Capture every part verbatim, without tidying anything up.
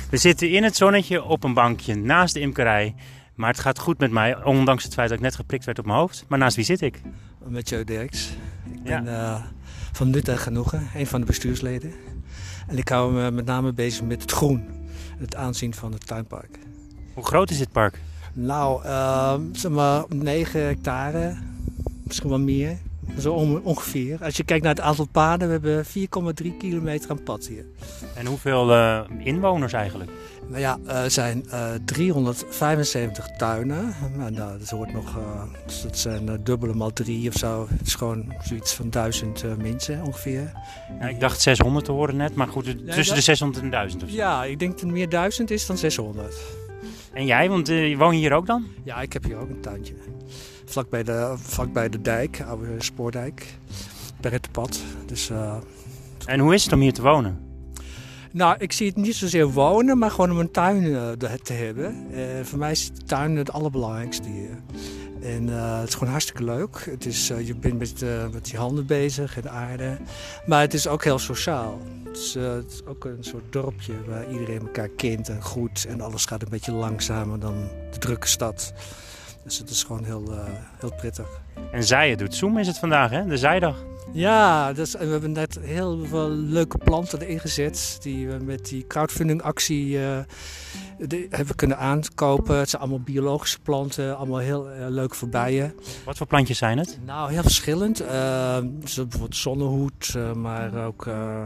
We zitten in het zonnetje op een bankje naast de imkerij. Maar het gaat goed met mij, ondanks het feit dat ik net geprikt werd op mijn hoofd. Maar naast wie zit ik? Met Jo Derks. Ik Ja. ben uh, van Nut en Genoegen, een van de bestuursleden. En ik hou me met name bezig met het groen. Het aanzien van het tuinpark. Hoe groot is dit park? Nou, uh, zeg maar negen hectare. Misschien wel meer. Zo on- ongeveer. Als je kijkt naar het aantal paden, we hebben vier komma drie kilometer aan pad hier. En hoeveel uh, inwoners eigenlijk? Nou ja, er zijn uh, driehonderdvijfenzeventig tuinen. Nou, nou, dat hoort nog, uh, dus dat zijn uh, dubbele maal drie of zo. Het is gewoon zoiets van duizend uh, mensen ongeveer. Ja, ik dacht zeshonderd te horen net, maar goed, tussen dat... de zeshonderd en duizend of zo. Ja, ik denk dat het meer duizend is dan zeshonderd. En jij, want uh, woon je hier ook dan? Ja, ik heb hier ook een tuintje. Vlak bij de, vlak bij de dijk, oude spoordijk. Berrettenpad. Dus, uh... En hoe is het om hier te wonen? Nou, ik zie het niet zozeer wonen, maar gewoon om een tuin uh, te hebben. Uh, voor mij is de tuin het allerbelangrijkste hier. En uh, het is gewoon hartstikke leuk. Het is, uh, je bent met, uh, met je handen bezig en de aarde. Maar het is ook heel sociaal. Het is, uh, het is ook een soort dorpje waar iedereen elkaar kent en groet. En alles gaat een beetje langzamer dan de drukke stad. Dus het is gewoon heel, uh, heel prettig. En Zijen doet Zoom is het vandaag, hè? De Zijdag. Ja, dus we hebben net heel veel leuke planten erin gezet. Die we met die crowdfunding actie uh, hebben kunnen aankopen. Het zijn allemaal biologische planten, allemaal heel uh, leuk voor bijen. Wat voor plantjes zijn het? Nou, heel verschillend. Uh, dus bijvoorbeeld zonnehoed, uh, maar ook uh,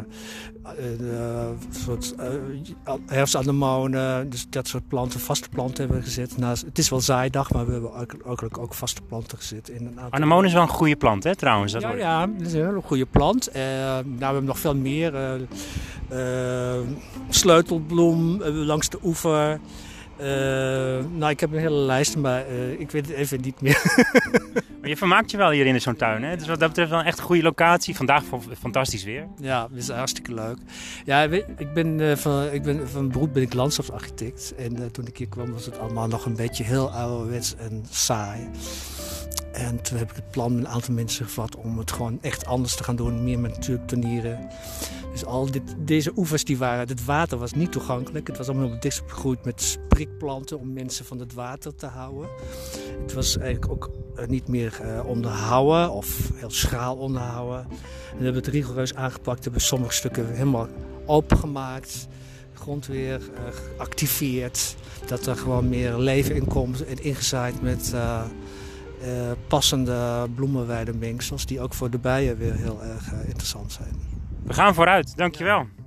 uh, soort uh, herfstanemonen. Dus dat soort planten, vaste planten hebben we gezet. Nou, het is wel zaaidag, maar we hebben ook, ook, ook vaste planten gezet. In een aantal... Anemonen is wel een goede plant, hè, trouwens? Dat ja, wordt... ja, dat is een hele goede plant. Uh, nou, we hebben nog veel meer. Uh, uh, sleutelbloem uh, langs de oever. Uh, nou, ik heb een hele lijst, maar uh, ik weet het even niet meer. Maar je vermaakt je wel hier in zo'n tuin, hè? Dus wat dat betreft wel een echt een goede locatie. Vandaag fantastisch weer. Ja, dat is hartstikke leuk. Ja, ik ben, uh, van, ik ben van beroep ben ik landschapsarchitect. En uh, toen ik hier kwam was het allemaal nog een beetje heel ouderwets en saai. En toen heb ik het plan met een aantal mensen gevat om het gewoon echt anders te gaan doen. Meer met natuurtonieren. Dus al dit, deze oevers, die waren, het water was niet toegankelijk. Het was allemaal op dicht begroeid met sprikplanten om mensen van het water te houden. Het was eigenlijk ook niet meer uh, onderhouden of heel schraal onderhouden. En we hebben het rigoureus aangepakt. We hebben sommige stukken helemaal opengemaakt. De grond weer uh, geactiveerd. Dat er gewoon meer leven in komt en ingezaaid met... Uh, Uh, passende bloemenweidemengsels die ook voor de bijen weer heel erg uh, interessant zijn. We gaan vooruit, dankjewel.